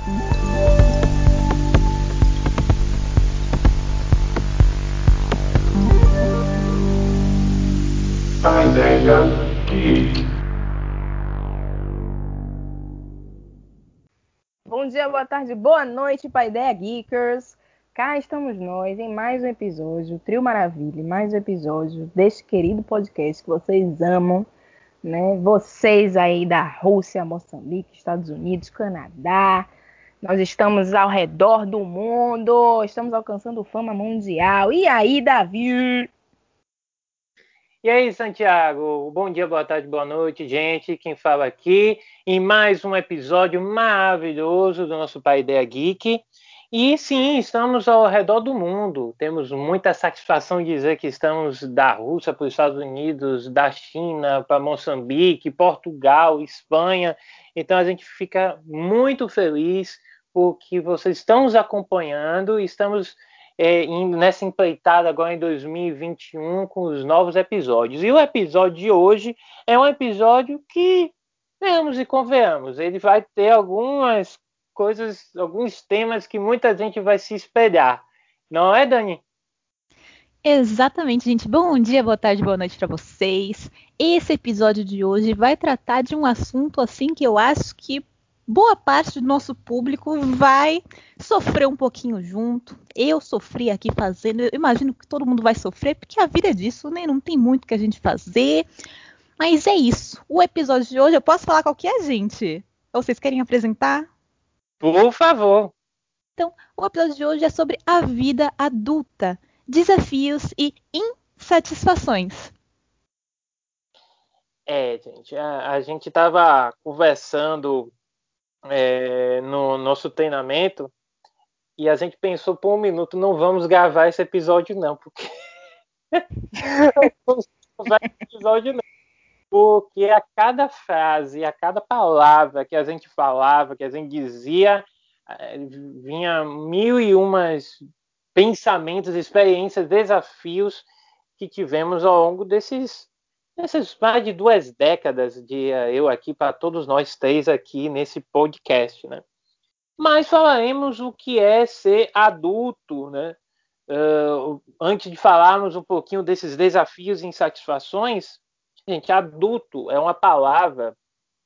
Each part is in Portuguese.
Paideia Geek. Bom dia, boa tarde, boa noite, Paideia Geekers. Cá estamos nós em mais um episódio, Trio Maravilha, mais um episódio deste querido podcast que vocês amam, né? Vocês aí da Rússia, Moçambique, Estados Unidos, Canadá. Nós estamos ao redor do mundo, estamos alcançando fama mundial. E aí, Davi? E aí, Santiago? Bom dia, boa tarde, boa noite, gente. Quem fala aqui em mais um episódio maravilhoso do nosso Paideia Geek. E sim, estamos ao redor do mundo. Temos muita satisfação de dizer que estamos da Rússia para os Estados Unidos, da China para Moçambique, Portugal, Espanha. Então a gente fica muito feliz porque vocês estão nos acompanhando e estamos nessa empreitada agora em 2021 com os novos episódios. E o episódio de hoje é um episódio que, venhamos e convenhamos, ele vai ter algumas coisas, alguns temas que muita gente vai se espelhar. Não é, Dani? Exatamente, gente. Bom dia, boa tarde, boa noite para vocês. Esse episódio de hoje vai tratar de um assunto assim que eu acho que boa parte do nosso público vai sofrer um pouquinho junto. Eu sofri aqui fazendo, eu imagino que todo mundo vai sofrer, porque a vida é disso, né? Não tem muito que a gente fazer. Mas é isso. O episódio de hoje, eu posso falar qual que é, gente? Ou vocês querem apresentar? Por favor. Então, o episódio de hoje é sobre a vida adulta, desafios e insatisfações. Gente, a gente estava conversando no nosso treinamento e a gente pensou por um minuto, não vamos gravar esse episódio não, porque não vamos gravar esse episódio não, porque a cada frase, a cada palavra que a gente falava, que a gente dizia, vinha mil e umas pensamentos, experiências, desafios que tivemos ao longo dessas mais de 2 décadas de eu aqui para todos nós três aqui nesse podcast, né? Mas falaremos o que é ser adulto, né? Antes de falarmos um pouquinho desses desafios e insatisfações, gente, adulto é uma palavra,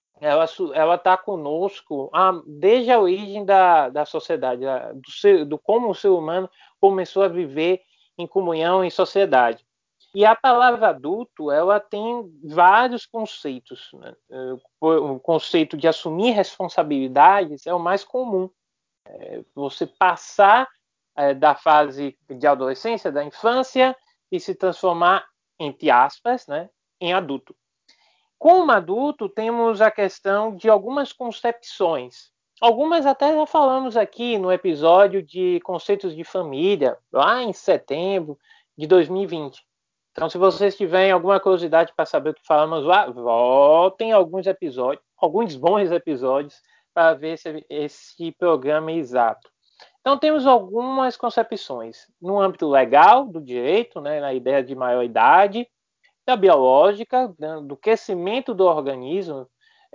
ela está conosco desde a origem da sociedade, do como o ser humano começou a viver em comunhão, em sociedade. E a palavra adulto, ela tem vários conceitos, né? O conceito de assumir responsabilidades é o mais comum. Você passar da fase de adolescência, da infância, e se transformar, entre aspas, né, em adulto. Como adulto, temos a questão de algumas concepções. Algumas até já falamos aqui no episódio de conceitos de família, lá em setembro de 2020. Então, se vocês tiverem alguma curiosidade para saber o que falamos lá, voltem alguns episódios, alguns bons episódios, para ver se esse programa é exato. Então, temos algumas concepções no âmbito legal, do direito, né, na ideia de maioridade, da biológica, do crescimento do organismo,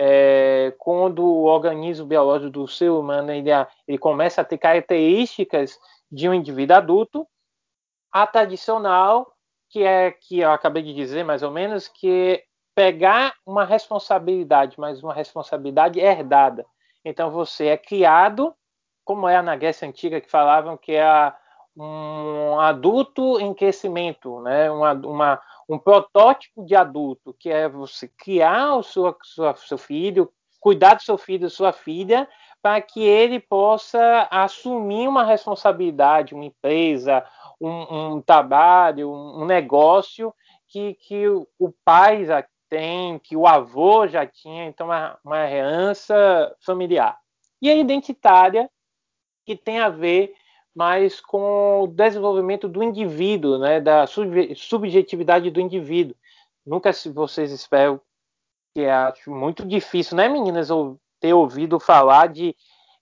quando o organismo biológico do ser humano ele começa a ter características de um indivíduo adulto, a tradicional, que eu acabei de dizer mais ou menos, que pegar uma responsabilidade, mas uma responsabilidade herdada. Então você é criado, como é na Grécia Antiga, que falavam que é um adulto em crescimento, né? Um protótipo de adulto, que é você criar o seu filho, cuidar do seu filho, sua filha, para que ele possa assumir uma responsabilidade, uma empresa, um trabalho, um negócio que o pai já tem, que o avô já tinha, então uma herança familiar. E a identitária, que tem a ver mais com o desenvolvimento do indivíduo, né, da subjetividade do indivíduo. Nunca se vocês esperam, que acho muito difícil, né, meninas, ter ouvido falar de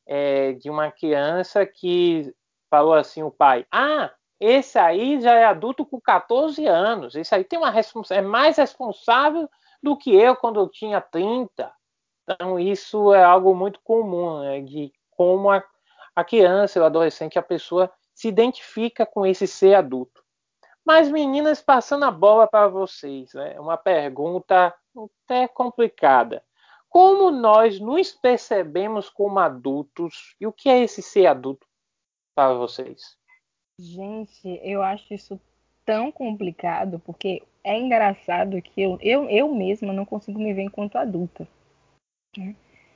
uma criança que falou assim, o pai, esse aí já é adulto com 14 anos, esse aí tem é mais responsável do que eu quando eu tinha 30. Então isso é algo muito comum, né, de como a criança, o adolescente, a pessoa se identifica com esse ser adulto. Mas, meninas, passando a bola para vocês, né? Uma pergunta até complicada. Como nós nos percebemos como adultos e o que é esse ser adulto para vocês? Gente, eu acho isso tão complicado, porque é engraçado que eu mesma não consigo me ver enquanto adulta, né?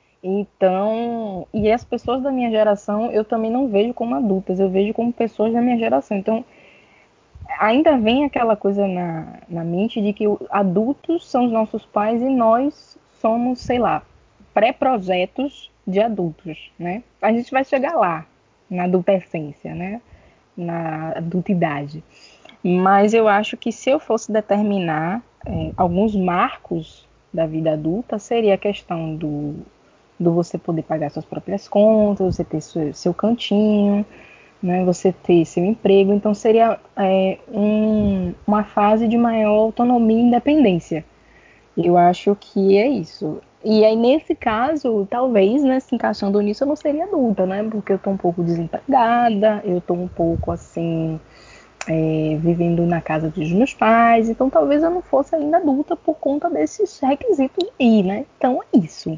Então, e as pessoas da minha geração eu também não vejo como adultas, eu vejo como pessoas da minha geração. Então, ainda vem aquela coisa na mente de que adultos são os nossos pais e nós somos, sei lá, pré-projetos de adultos, né? A gente vai chegar lá, na adolescência, né? Na adultidade. Mas eu acho que se eu fosse determinar alguns marcos da vida adulta, seria a questão do você poder pagar suas próprias contas, você ter seu cantinho, né, você ter seu emprego. Então seria uma fase de maior autonomia e independência. Eu acho que é isso. E aí, nesse caso, talvez, né, se encaixando nisso, eu não seria adulta, né? Porque eu tô um pouco desempregada, eu tô um pouco, assim, vivendo na casa dos meus pais. Então, talvez eu não fosse ainda adulta por conta desses requisitos aí, né? Então, é isso.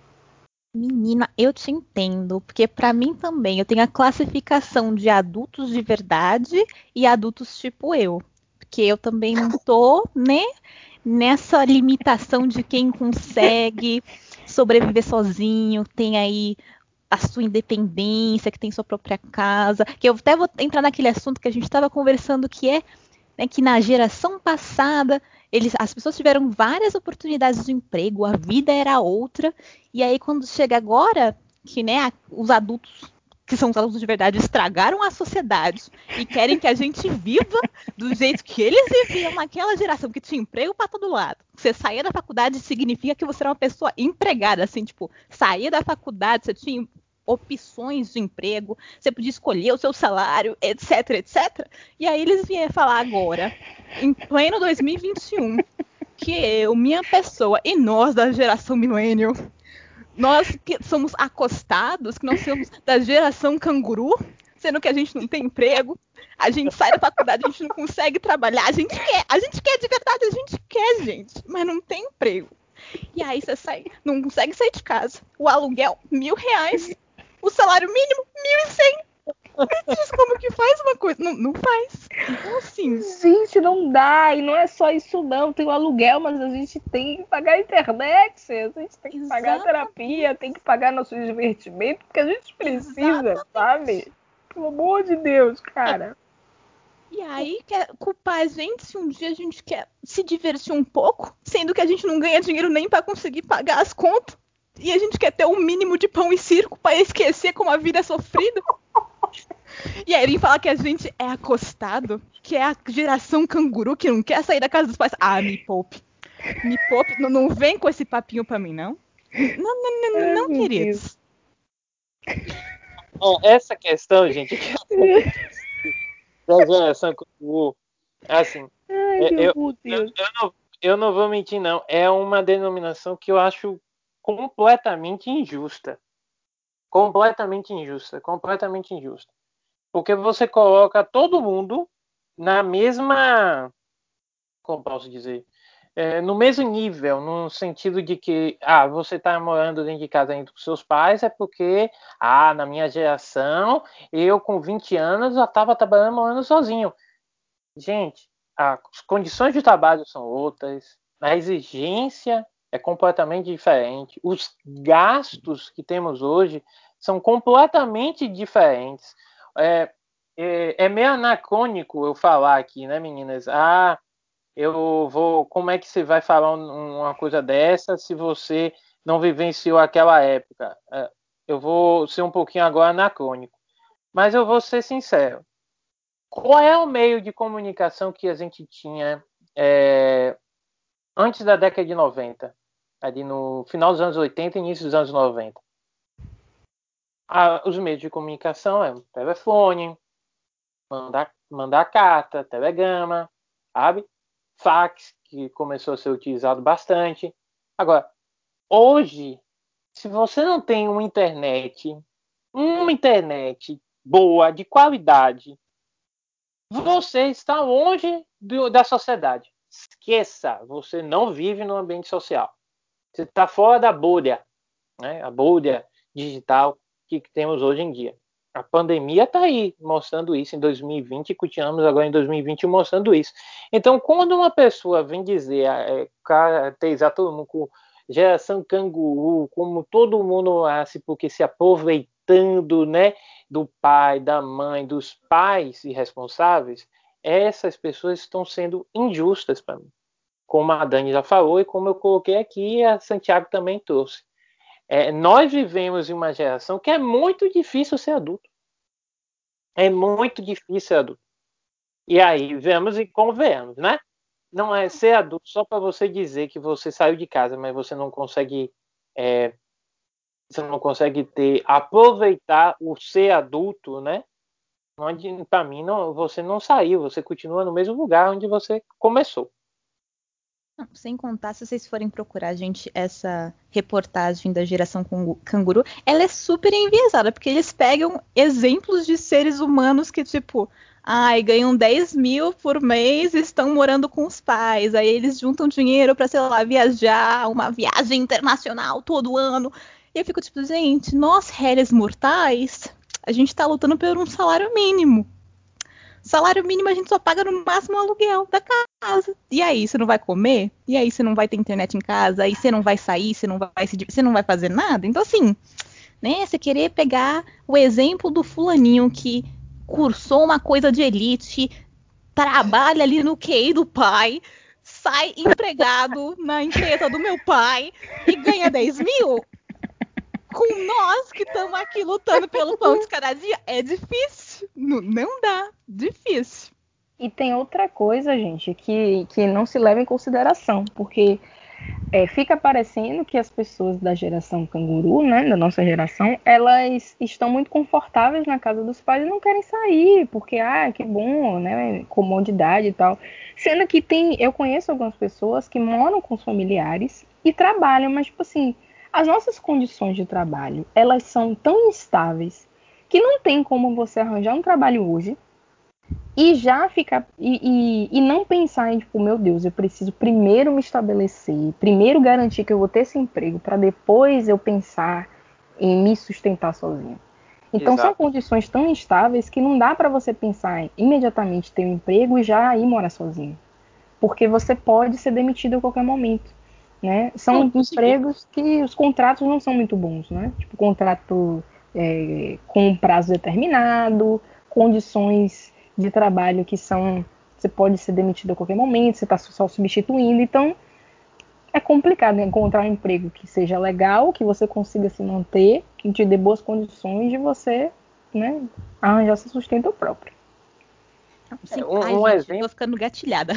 Menina, eu te entendo, porque para mim também eu tenho a classificação de adultos de verdade e adultos tipo eu, porque eu também não tô, né, nessa limitação de quem consegue sobreviver sozinho, tem aí a sua independência, que tem sua própria casa, que eu até vou entrar naquele assunto que a gente estava conversando, que é, né, que na geração passada as pessoas tiveram várias oportunidades de emprego, a vida era outra, e aí quando chega agora, que, né, os adultos, que são os adultos de verdade, estragaram a sociedade e querem que a gente viva do jeito que eles viviam naquela geração, que tinha emprego para todo lado. Você saía da faculdade significa que você era uma pessoa empregada, assim, tipo, saía da faculdade, você tinha opções de emprego, você podia escolher o seu salário, etc, etc. E aí eles vieram falar agora, em pleno 2021, que eu, minha pessoa e nós da geração millennial, nós que somos acostados, que nós somos da geração canguru, sendo que a gente não tem emprego, a gente sai da faculdade, a gente não consegue trabalhar, a gente quer de verdade, a gente quer, gente, mas não tem emprego. E aí você sai, não consegue sair de casa, o aluguel, R$1.000, o salário mínimo, 1.100. Me diz como que faz uma coisa, não faz. Então assim, Gente, não dá. E não é só isso, não. Tem o aluguel, mas a gente tem que pagar a internet, a gente tem que pagar a terapia, tem que pagar nosso divertimento, porque a gente precisa, sabe? Pelo amor de Deus, cara. E aí quer culpar a gente se um dia a gente quer se divertir um pouco, sendo que a gente não ganha dinheiro nem para conseguir pagar as contas. E a gente quer ter um mínimo de pão e circo para esquecer como a vida é sofrida. E aí vem falar que a gente é acostado, que é a geração canguru que não quer sair da casa dos pais. Ah, me poupe. Me poupe. Não vem com esse papinho pra mim, não. Não, queridos. Bom, essa questão, gente, da geração canguru, assim, Ai, eu, meu Deus. eu não vou mentir, não. É uma denominação que eu acho completamente injusta. Completamente injusta. Completamente injusta. Porque você coloca todo mundo na mesma. Como posso dizer? No mesmo nível, no sentido de que você está morando dentro de casa ainda com seus pais, é porque na minha geração, eu com 20 anos já estava trabalhando morando sozinho. Gente, as condições de trabalho são outras, a exigência é completamente diferente, os gastos que temos hoje são completamente diferentes. É meio anacrônico eu falar aqui, né, meninas? Eu vou. Como é que você vai falar uma coisa dessa se você não vivenciou aquela época? Eu vou ser um pouquinho agora anacrônico, mas eu vou ser sincero. Qual é o meio de comunicação que a gente tinha antes da década de 90? Ali no final dos anos 80 e início dos anos 90. Os meios de comunicação é telefone, mandar carta, telegrama, sabe? Fax, que começou a ser utilizado bastante. Agora, hoje, se você não tem uma internet uma internet boa, de qualidade, você está longe da sociedade. Esqueça, você não vive no ambiente social. Você está fora da bolha, né? A bolha digital que temos hoje em dia. A pandemia está aí mostrando isso em 2020 e continuamos agora em 2021 mostrando isso. Então, quando uma pessoa vem dizer, caracterizar todo mundo com geração canguru, como todo mundo acha, porque se aproveitando, né, do pai, da mãe, dos pais irresponsáveis, essas pessoas estão sendo injustas para mim. Como a Dani já falou e como eu coloquei aqui, a Santiago também trouxe. Nós vivemos em uma geração que é muito difícil ser adulto. É muito difícil ser adulto. E aí, vemos e convenhamos, né? Não é ser adulto só para você dizer que você saiu de casa, mas você não consegue aproveitar o ser adulto, né? Para mim, não, você não saiu, você continua no mesmo lugar onde você começou. Não, sem contar, se vocês forem procurar, gente, essa reportagem da geração canguru, ela é super enviesada, porque eles pegam exemplos de seres humanos que, tipo, ganham 10 mil por mês e estão morando com os pais. Aí eles juntam dinheiro pra, sei lá, viajar, uma viagem internacional todo ano. E eu fico tipo, gente, nós, réis mortais, a gente tá lutando por um salário mínimo. Salário mínimo a gente só paga no máximo o aluguel da casa. E aí, você não vai comer? E aí, você não vai ter internet em casa? Aí você não vai sair? Você não vai fazer nada? Então, assim, né? Você querer pegar o exemplo do fulaninho que cursou uma coisa de elite, trabalha ali no QI do pai, sai empregado na empresa do meu pai e ganha 10 mil? Com nós que estamos aqui lutando pelo pão de cada dia, é difícil. Não dá. Difícil. E tem outra coisa, gente, que não se leva em consideração, porque fica parecendo que as pessoas da geração canguru, né, da nossa geração, elas estão muito confortáveis na casa dos pais e não querem sair, porque, que bom, né, comodidade e tal. Sendo que eu conheço algumas pessoas que moram com os familiares e trabalham, mas, tipo assim, as nossas condições de trabalho, elas são tão instáveis que não tem como você arranjar um trabalho hoje e já ficar e não pensar em, tipo, meu Deus, eu preciso primeiro me estabelecer, primeiro garantir que eu vou ter esse emprego para depois eu pensar em me sustentar sozinho. Então Exato. São condições tão instáveis que não dá para você pensar em imediatamente ter um emprego e já ir morar sozinho, porque você pode ser demitido a qualquer momento, né? São empregos que os contratos não são muito bons, né? Tipo, contrato com um prazo determinado, condições de trabalho que você pode ser demitido a qualquer momento, você está só substituindo, então é complicado encontrar um emprego que seja legal, que você consiga se manter, que te dê boas condições de você, né, arranjar seu sustento próprio. Sim. Gente, exemplo... tô ficando gatilhada.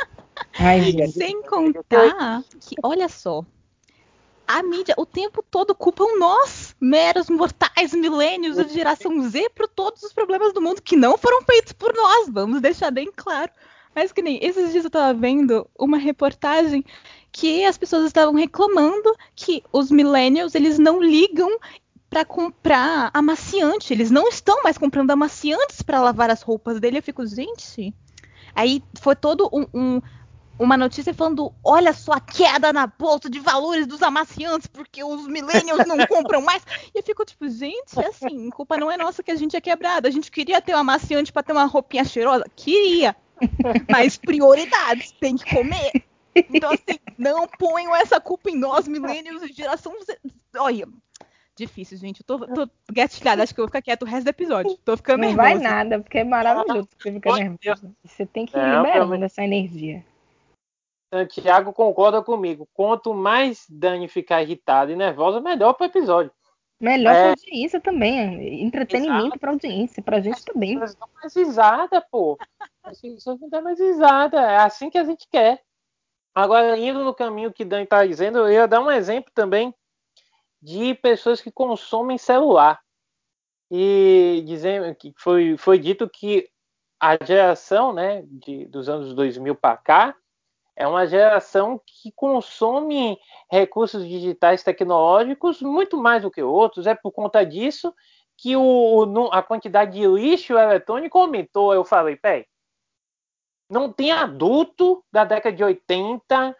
Sem contar que, olha só, a mídia o tempo todo culpam nós, meros mortais, milênios de geração Z, por todos os problemas do mundo que não foram feitos por nós. Vamos deixar bem claro. Mas que nem esses dias eu tava vendo uma reportagem que as pessoas estavam reclamando que os millennials, eles não ligam para comprar amaciante. Eles não estão mais comprando amaciantes para lavar as roupas dele. Eu fico, gente... Aí foi todo uma notícia falando, olha só a queda na bolsa de valores dos amaciantes, porque os millennials não compram mais. E eu fico tipo, gente, assim, culpa não é nossa que a gente é quebrado. A gente queria ter um amaciante para ter uma roupinha cheirosa? Queria. Mas prioridades, tem que comer. Então, assim, não ponham essa culpa em nós, millennials e geração Z. Olha, difícil, gente. Eu tô gatilhada, acho que eu vou ficar quieto o resto do episódio. Tô ficando nervosa. Não vai nada, porque é maravilhoso você ficar nervosa. Você tem que ir liberando essa energia. Santiago concorda comigo. Quanto mais Dani ficar irritada e nervosa, melhor para o episódio. Melhor para audiência também. Entretenimento para audiência. Para a gente também. As pessoas dão mais risada, pô. As pessoas não dão mais risada. É assim que a gente quer. Agora, indo no caminho que Dani está dizendo, eu ia dar um exemplo também de pessoas que consomem celular. E dizendo que foi dito que a geração, né, dos anos 2000 para cá é uma geração que consome recursos digitais tecnológicos muito mais do que outros. É por conta disso que a quantidade de lixo eletrônico aumentou. Eu falei, peraí, não tem adulto da década de 80,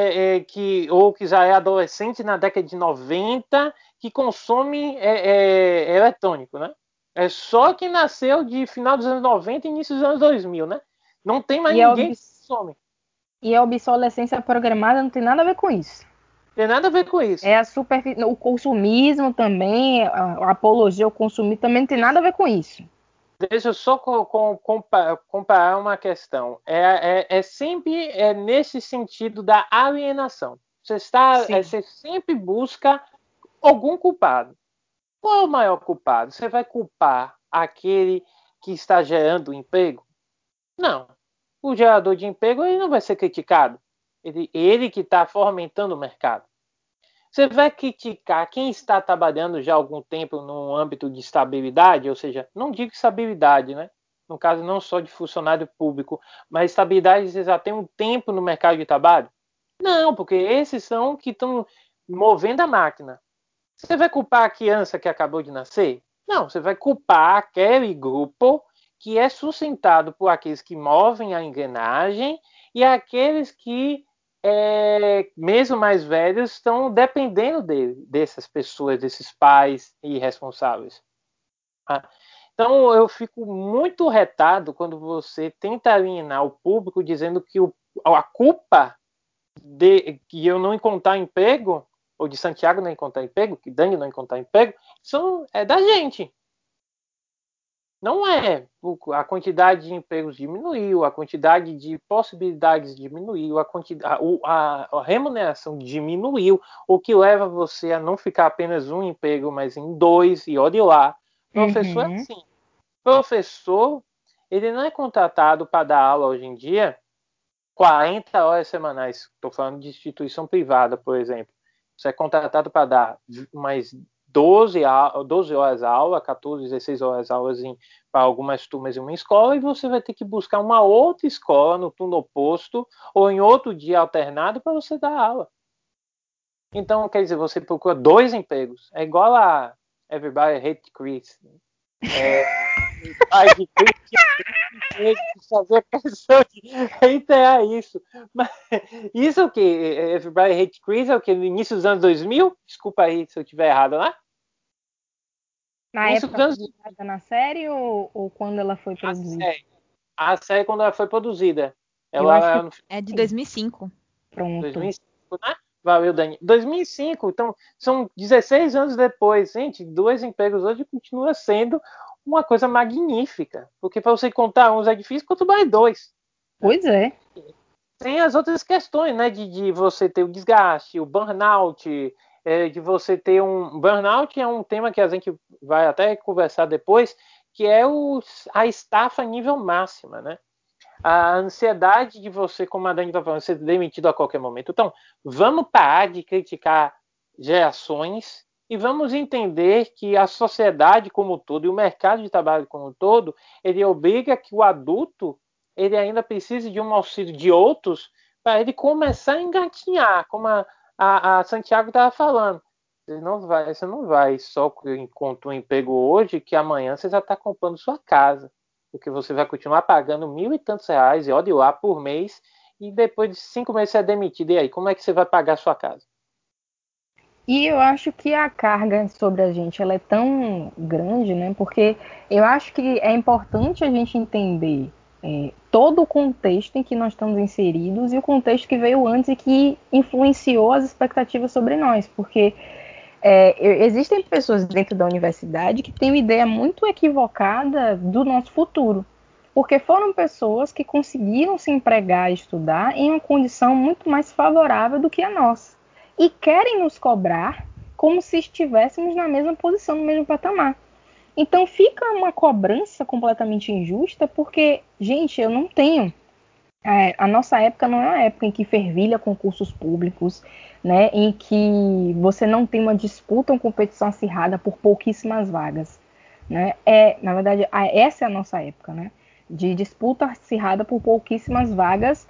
ou que já é adolescente na década de 90, que consome eletrônico, né? É só quem nasceu de final dos anos 90 e início dos anos 2000, né? Não tem mais ninguém que consome. E a obsolescência programada não tem nada a ver com isso. Tem nada a ver com isso. O consumismo também, a apologia ao consumismo também não tem nada a ver com isso. Deixa eu só comparar uma questão. É sempre nesse sentido da alienação. Você sempre busca algum culpado. Qual é o maior culpado? Você vai culpar aquele que está gerando emprego? Não. O gerador de emprego ele não vai ser criticado. Ele que está fomentando o mercado. Você vai criticar quem está trabalhando já há algum tempo no âmbito de estabilidade, ou seja, não digo estabilidade, né? No caso, não só de funcionário público, mas estabilidade, você já tem um tempo no mercado de trabalho? Não, porque esses são que estão movendo a máquina. Você vai culpar a criança que acabou de nascer? Não, você vai culpar aquele grupo que é sustentado por aqueles que movem a engrenagem e aqueles que, mesmo mais velhos, estão dependendo dessas pessoas, desses pais irresponsáveis. Então, eu fico muito retado quando você tenta alienar o público dizendo que a culpa de que eu não encontrar emprego, ou de Santiago não encontrar emprego, que Dani não encontrar emprego, é da gente. Não é. A quantidade de empregos diminuiu, a quantidade de possibilidades diminuiu, a remuneração diminuiu, o que leva você a não ficar apenas um emprego, mas em dois, e olhe lá. Professor é assim. Professor, ele não é contratado para dar aula hoje em dia 40 horas semanais. Estou falando de instituição privada, por exemplo. Você é contratado para dar mais 12 horas aula, 14, 16 horas aulas para algumas turmas em uma escola, e você vai ter que buscar uma outra escola no turno oposto ou em outro dia alternado para você dar aula. Então, quer dizer, você procura dois empregos. É igual a Everybody Hate Chris. Fazer questão de reiterar isso. Mas isso é o que? Everybody Hate Chris é o que? No início dos anos 2000? Desculpa aí se eu estiver errado, né? Na época publicada na série ou quando ela foi produzida? A série quando ela foi produzida. É de 2005. Pronto. 2005, né? Valeu, Dani. 2005, então são 16 anos depois. Gente, dois empregos hoje continua sendo uma coisa magnífica. Porque para você contar uns é difícil, quanto mais dois. Pois é. Tem as outras questões, né? De você ter o desgaste, o burnout, de você ter um... Burnout é um tema que a gente vai até conversar depois, que é a estafa nível máxima, né? A ansiedade de você, como a Dani está falando, ser demitido a qualquer momento. Então, vamos parar de criticar gerações e vamos entender que a sociedade como um todo e o mercado de trabalho como um todo, ele obriga que o adulto ele ainda precise de um auxílio de outros para ele começar a engatinhar, como a Santiago estava falando. Você não vai só encontrar um emprego hoje que amanhã você já está comprando sua casa. Porque você vai continuar pagando R$1.000 e tantos e olha lá por mês, e depois de 5 meses você é demitido. E aí, como é que você vai pagar a sua casa? E eu acho que a carga sobre a gente ela é tão grande, né? Porque eu acho que é importante a gente entender todo o contexto em que nós estamos inseridos e o contexto que veio antes e que influenciou as expectativas sobre nós. Porque existem pessoas dentro da universidade que têm uma ideia muito equivocada do nosso futuro. Porque foram pessoas que conseguiram se empregar e estudar em uma condição muito mais favorável do que a nossa. E querem nos cobrar como se estivéssemos na mesma posição, no mesmo patamar. Então fica uma cobrança completamente injusta, porque, gente, eu não tenho. A nossa época não é uma época em que fervilha concursos públicos, né, em que você não tem uma disputa, uma competição acirrada por pouquíssimas vagas. Né? Na verdade, essa é a nossa época, né? De disputa acirrada por pouquíssimas vagas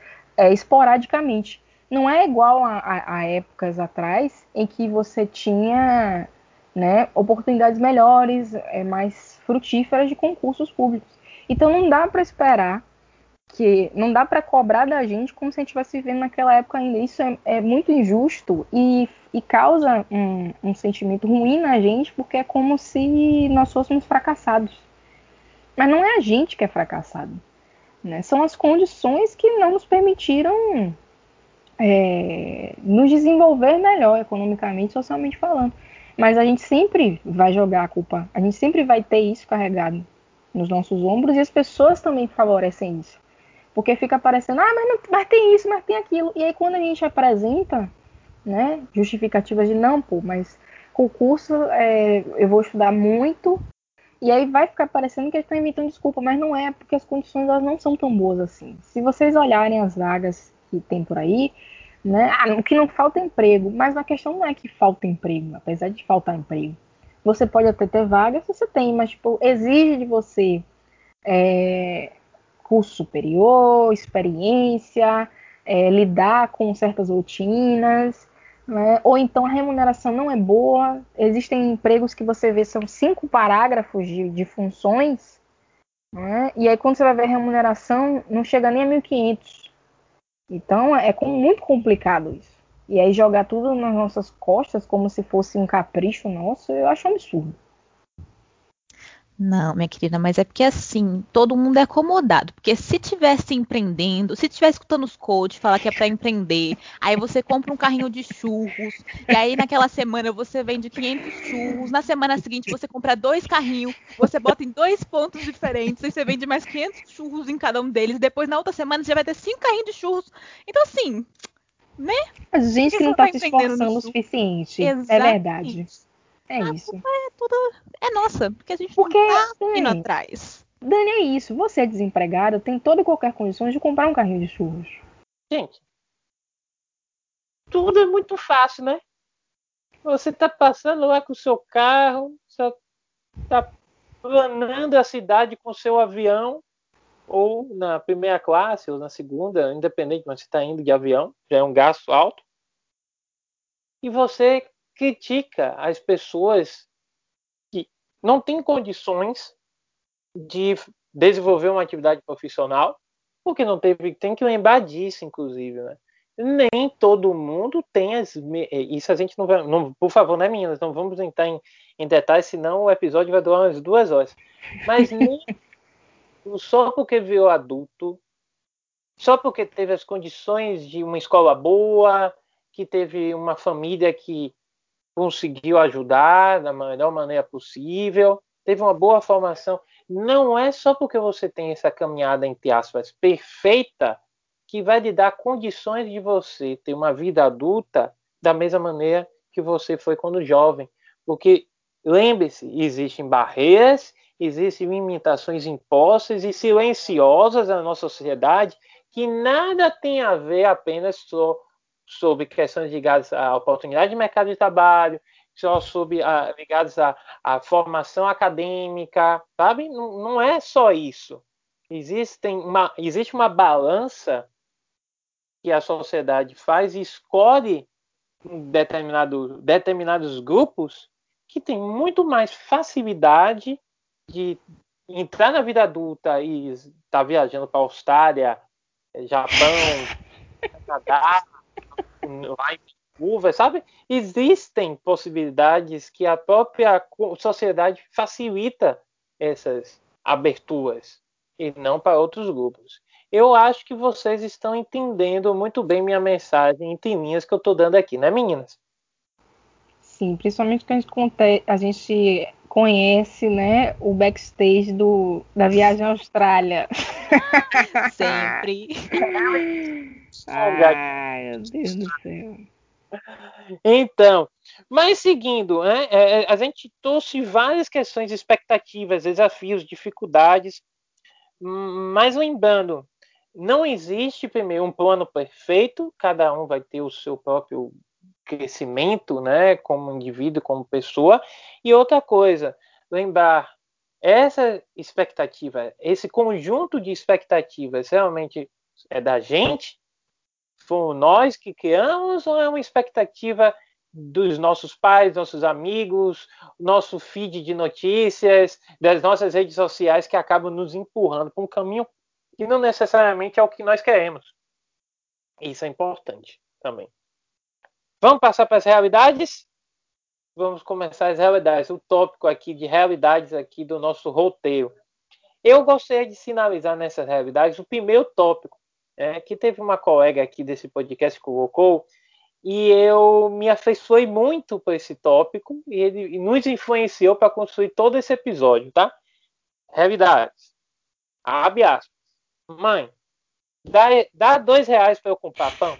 esporadicamente. Não é igual a épocas atrás em que você tinha né, oportunidades melhores, mais frutíferas de concursos públicos. Então não dá para esperar, não dá para cobrar da gente como se a gente estivesse vivendo naquela época ainda. Isso é muito injusto e causa um sentimento ruim na gente, porque é como se nós fôssemos fracassados. Mas não é a gente que é fracassado, né? São as condições que não nos permitiram nos desenvolver melhor economicamente, socialmente falando. Mas a gente sempre vai jogar a culpa, a gente sempre vai ter isso carregado nos nossos ombros e as pessoas também favorecem isso. Porque fica parecendo, mas tem isso, mas tem aquilo. E aí quando a gente apresenta, né, justificativas de não, mas concurso eu vou estudar muito, e aí vai ficar parecendo que eles estão inventando desculpa, mas não é, porque as condições elas não são tão boas assim. Se vocês olharem as vagas que tem por aí, né, o que não falta é emprego, mas a questão não é que falta emprego, apesar de faltar emprego. Você pode até ter vagas, você tem, mas tipo, exige de você curso superior, experiência, lidar com certas rotinas, né? Ou então a remuneração não é boa. Existem empregos que você vê são 5 parágrafos de funções, né? E aí quando você vai ver a remuneração não chega nem a 1.500. Então muito complicado isso. E aí jogar tudo nas nossas costas como se fosse um capricho nosso, eu acho um absurdo. Não, minha querida, mas é porque assim, todo mundo é acomodado. Porque se tivesse empreendendo, se tivesse escutando os coaches falar que é para empreender, aí você compra um carrinho de churros, e aí naquela semana você vende 500 churros, na semana seguinte você compra 2 carrinhos, você bota em 2 pontos diferentes, aí você vende mais 500 churros em cada um deles, depois na outra semana você já vai ter 5 carrinhos de churros. Então assim, né? Mas Por gente que que você não não está tá se empreendendo no esforçando o churro? suficiente. É verdade. Exatamente. É A isso. culpa é toda é nossa, porque a gente não Porque, tá indo Dani, atrás. Dani, é isso. Você é desempregado, tem toda e qualquer condições de comprar um carrinho de churros. Gente, tudo é muito fácil, né? Você está passando lá com o seu carro, você está planando a cidade com o seu avião, ou na primeira classe, ou na segunda, independente, mas você está indo de avião, já é um gasto alto, e você critica as pessoas que não têm condições de desenvolver uma atividade profissional, porque não teve, tem que lembrar disso, inclusive, né? Nem todo mundo tem isso a gente não vai, não, por favor, né, meninas, não vamos entrar em detalhes, senão o episódio vai durar umas 2 horas. Mas nem só porque virou adulto, só porque teve as condições de uma escola boa, que teve uma família que conseguiu ajudar da melhor maneira possível, teve uma boa formação. Não é só porque você tem essa caminhada, entre aspas, perfeita, que vai lhe dar condições de você ter uma vida adulta da mesma maneira que você foi quando jovem. Porque, lembre-se, existem barreiras, existem limitações impostas e silenciosas na nossa sociedade que nada tem a ver apenas sobre questões ligadas à oportunidade de mercado de trabalho, só ligadas à formação acadêmica, sabe? Não, não é só isso. Existe uma balança que a sociedade faz e escolhe determinados grupos que têm muito mais facilidade de entrar na vida adulta e estar tá viajando para a Austrália, Japão, Canadá, lá em Vancouver, sabe? Existem possibilidades que a própria sociedade facilita essas aberturas e não para outros grupos. Eu acho que vocês estão entendendo muito bem minha mensagem entre linhas que eu estou dando aqui, né, meninas? Sim, principalmente que a gente conhece, né, o backstage da viagem à Austrália. Sempre. Ai, meu Deus do céu. Então, mas seguindo, né, a gente trouxe várias questões, expectativas, desafios, dificuldades, mas lembrando, não existe, primeiro, um plano perfeito, cada um vai ter o seu próprio crescimento, né, como indivíduo, como pessoa. E outra coisa, lembrar, essa expectativa, esse conjunto de expectativas realmente é da gente? Fomos nós que criamos ou é uma expectativa dos nossos pais, nossos amigos, nosso feed de notícias, das nossas redes sociais que acabam nos empurrando para um caminho que não necessariamente é o que nós queremos. Isso é importante também. Vamos passar para as realidades? Vamos começar as realidades. O tópico aqui de realidades aqui do nosso roteiro. Eu gostaria de sinalizar nessas realidades o primeiro tópico, que teve uma colega aqui desse podcast que colocou, e eu me afeiçoei muito por esse tópico, e ele nos influenciou para construir todo esse episódio, tá? Realidades. Abre aspas. Mãe, dá R$2 para eu comprar pão.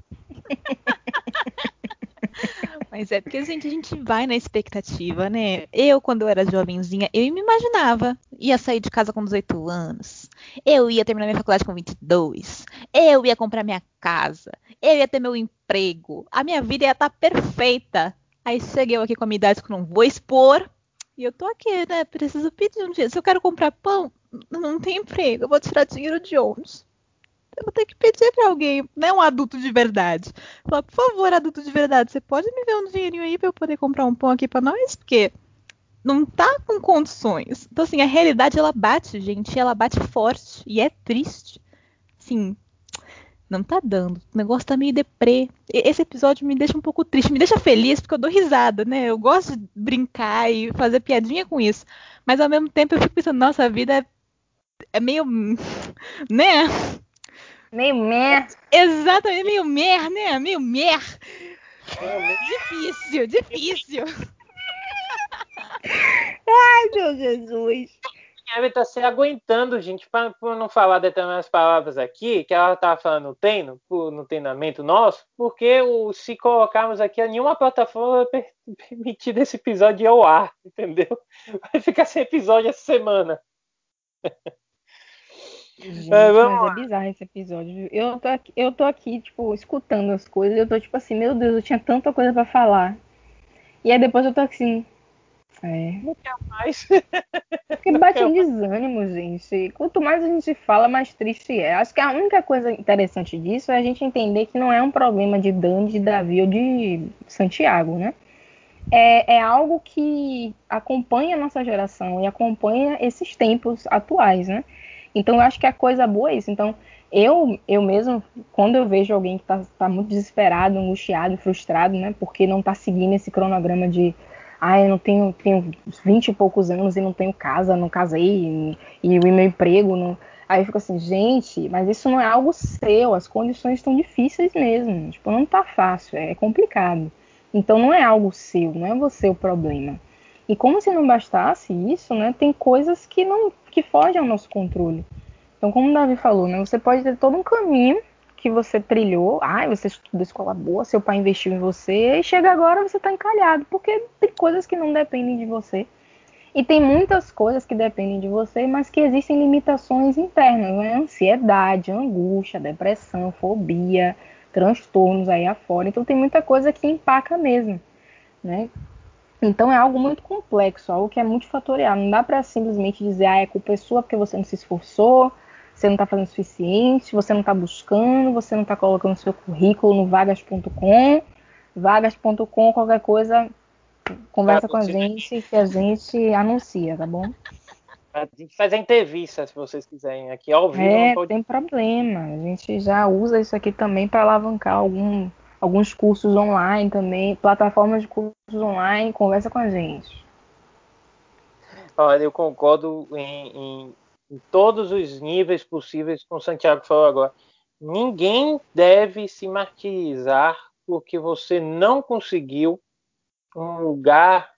Mas é porque, gente, a gente vai na expectativa, né? Eu, quando eu era jovenzinha, eu me imaginava. Ia sair de casa com 18 anos. Eu ia terminar minha faculdade com 22. Eu ia comprar minha casa. Eu ia ter meu emprego. A minha vida ia estar perfeita. Aí cheguei eu aqui com a minha idade que eu não vou expor. E eu tô aqui, né? Preciso pedir um dia. Se eu quero comprar pão, não tem emprego. Eu vou tirar dinheiro de onde? Eu vou ter que pedir pra alguém, né, um adulto de verdade. Falar, por favor, adulto de verdade, você pode me ver um dinheirinho aí pra eu poder comprar um pão aqui pra nós? Porque não tá com condições. Então, assim, a realidade, ela bate, gente, ela bate forte. E é triste. Assim, não tá dando. O negócio tá meio deprê. Esse episódio me deixa um pouco triste. Me deixa feliz, porque eu dou risada, né? Eu gosto de brincar e fazer piadinha com isso. Mas, ao mesmo tempo, eu fico pensando, nossa, a vida é meio... né? Meio meh. Exatamente, meio mer, né? Meio mer. Difícil, difícil. Ai, meu Jesus. Ela está se aguentando, gente, para não falar determinadas palavras aqui, que ela estava falando no treinamento nosso, porque se colocarmos aqui, nenhuma plataforma vai permitir esse episódio ir ao ar, entendeu? Vai ficar sem episódio essa semana. Gente, Vamos mas é lá. bizarro esse episódio, viu? Eu tô aqui, tipo, escutando as coisas, eu tô tipo assim, meu Deus, eu tinha tanta coisa pra falar. E aí depois eu tô assim, Não quer mais. porque Não bate quer um mais. desânimo, gente. Quanto mais a gente fala, mais triste é. Acho que a única coisa interessante disso é a gente entender que não é um problema de Dani, de Davi ou de Santiago, né? É algo que acompanha a nossa geração e acompanha esses tempos atuais, né? Então, eu acho que a coisa boa é isso. Então, eu mesmo, quando eu vejo alguém que tá muito desesperado, angustiado, frustrado, né? Porque não tá seguindo esse cronograma de eu não tenho 20 e poucos anos e não tenho casa, não casei, e o meu emprego não. Aí eu fico assim, gente, mas isso não é algo seu, as condições estão difíceis mesmo. Tipo, não tá fácil, é complicado. Então não é algo seu, não é você o problema. E como se não bastasse isso, né, tem coisas que fogem ao nosso controle. Então, como o Davi falou, né, você pode ter todo um caminho que você trilhou, você estudou escola boa, seu pai investiu em você, e chega agora você está encalhado, porque tem coisas que não dependem de você. E tem muitas coisas que dependem de você, mas que existem limitações internas, né? Ansiedade, angústia, depressão, fobia, transtornos aí afora. Então tem muita coisa que empaca mesmo, né? Então é algo muito complexo, algo que é multifatorial. Não dá para simplesmente dizer, é culpa é sua porque você não se esforçou, você não está fazendo o suficiente, você não está buscando, você não está colocando seu currículo no vagas.com. Vagas.com, qualquer coisa, conversa com a gente que a gente anuncia, tá bom? A gente faz a entrevista, se vocês quiserem, aqui ao vivo no podcast. Tem problema. A gente já usa isso aqui também para alavancar alguns cursos online também, plataformas de cursos online, conversa com a gente. Olha, eu concordo em todos os níveis possíveis com o Santiago falou agora. Ninguém deve se martirizar porque você não conseguiu um lugar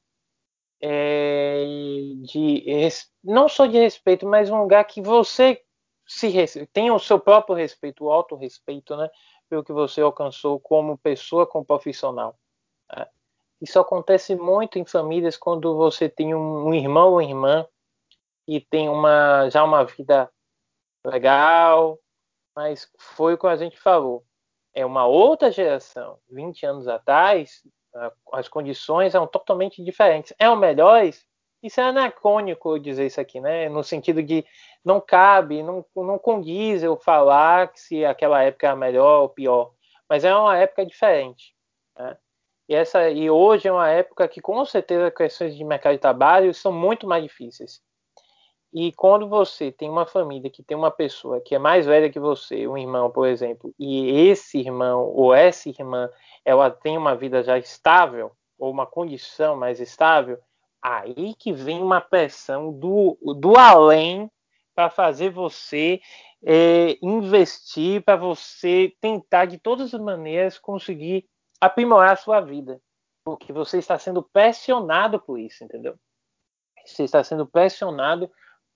não só de respeito, mas um lugar que você tenha o seu próprio respeito, o autorrespeito, né, pelo que você alcançou como pessoa, como profissional. Né? Isso acontece muito em famílias quando você tem um irmão ou irmã e tem já uma vida legal, mas foi o que a gente falou. É uma outra geração. 20 anos atrás, as condições eram totalmente diferentes. Eram melhores? Isso é anacrônico eu dizer isso aqui, né? No sentido de não cabe, não condiz eu falar que se aquela época era melhor ou pior. Mas é uma época diferente. Né? E hoje é uma época que, com certeza, questões de mercado de trabalho são muito mais difíceis. E quando você tem uma família que tem uma pessoa que é mais velha que você, um irmão, por exemplo, e esse irmão ou essa irmã, ela tem uma vida já estável, ou uma condição mais estável, aí que vem uma pressão do além para fazer você investir, para você tentar de todas as maneiras conseguir aprimorar a sua vida. Porque você está sendo pressionado por isso, entendeu? Você está sendo pressionado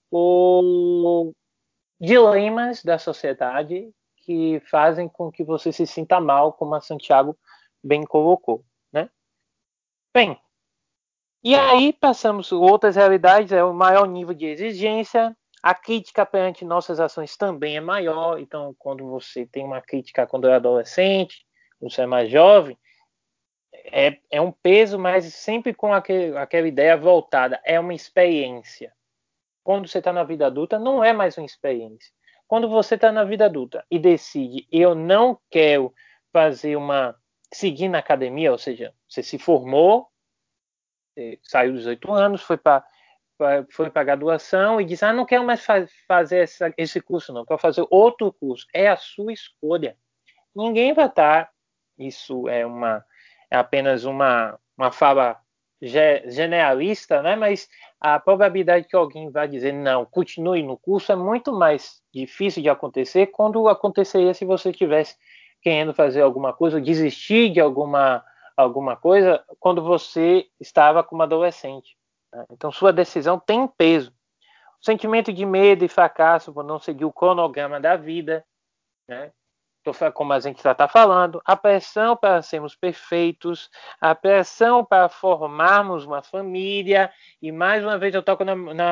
por dilemas da sociedade que fazem com que você se sinta mal, como a Santiago bem colocou, né? Bem, e aí passamos outras realidades, é o maior nível de exigência, a crítica perante nossas ações também é maior, então quando você tem uma crítica quando é adolescente, quando você é mais jovem, é um peso, mas sempre com aquela ideia voltada, é uma experiência. Quando você está na vida adulta, não é mais uma experiência. Quando você está na vida adulta e decide, eu não quero seguir na academia, ou seja, você se formou, saiu dos 18 anos, foi para a graduação e disse, não quero mais fazer esse curso, não, quero fazer outro curso. É a sua escolha. Ninguém vai estar, isso é apenas uma fala generalista, né? Mas a probabilidade que alguém vai dizer não, continue no curso é muito mais difícil de acontecer quando aconteceria se você estivesse querendo fazer alguma coisa, desistir de alguma coisa quando você estava como adolescente, né? Então sua decisão tem peso. O sentimento de medo e fracasso por não seguir o cronograma da vida, né? Como a gente já está falando, a pressão para sermos perfeitos, a pressão para formarmos uma família, e mais uma vez eu toco